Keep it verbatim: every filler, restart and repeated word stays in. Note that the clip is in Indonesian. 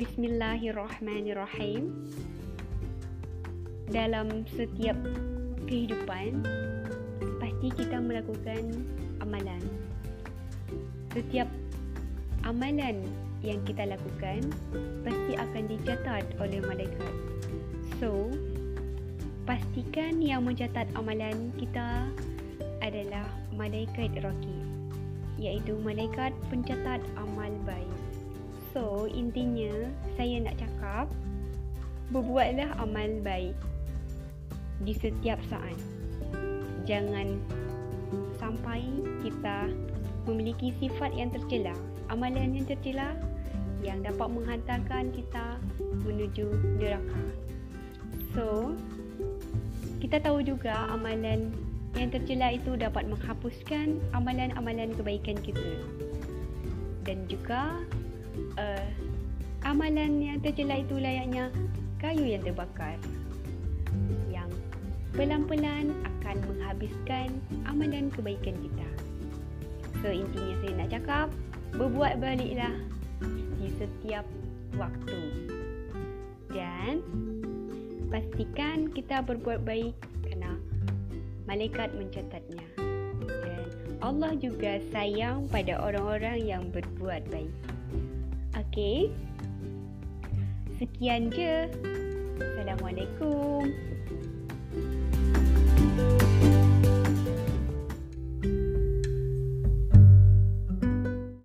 Bismillahirrahmanirrahim. Dalam setiap kehidupan, pasti kita melakukan amalan. Setiap amalan yang kita lakukan pasti akan dicatat oleh malaikat. So, pastikan yang mencatat amalan kita adalah malaikat raqib, iaitu malaikat pencatat amal baik. So, intinya saya nak cakap, berbuatlah amal baik di setiap saat. Jangan sampai kita memiliki sifat yang tercela, amalan yang tercela yang dapat menghantarkan kita menuju neraka. So, kita tahu juga amalan yang tercela itu dapat menghapuskan amalan-amalan kebaikan kita. Dan juga uh, amalan yang tercela itu layaknya kayu yang terbakar, yang pelan-pelan akan menghabiskan amalan kebaikan kita. So, intinya saya nak cakap, berbuat baiklah di setiap waktu. Dan pastikan kita berbuat baik kerana malaikat mencatatnya. Dan Allah juga sayang pada orang-orang yang berbuat baik. Okey. Sekian je. Assalamualaikum.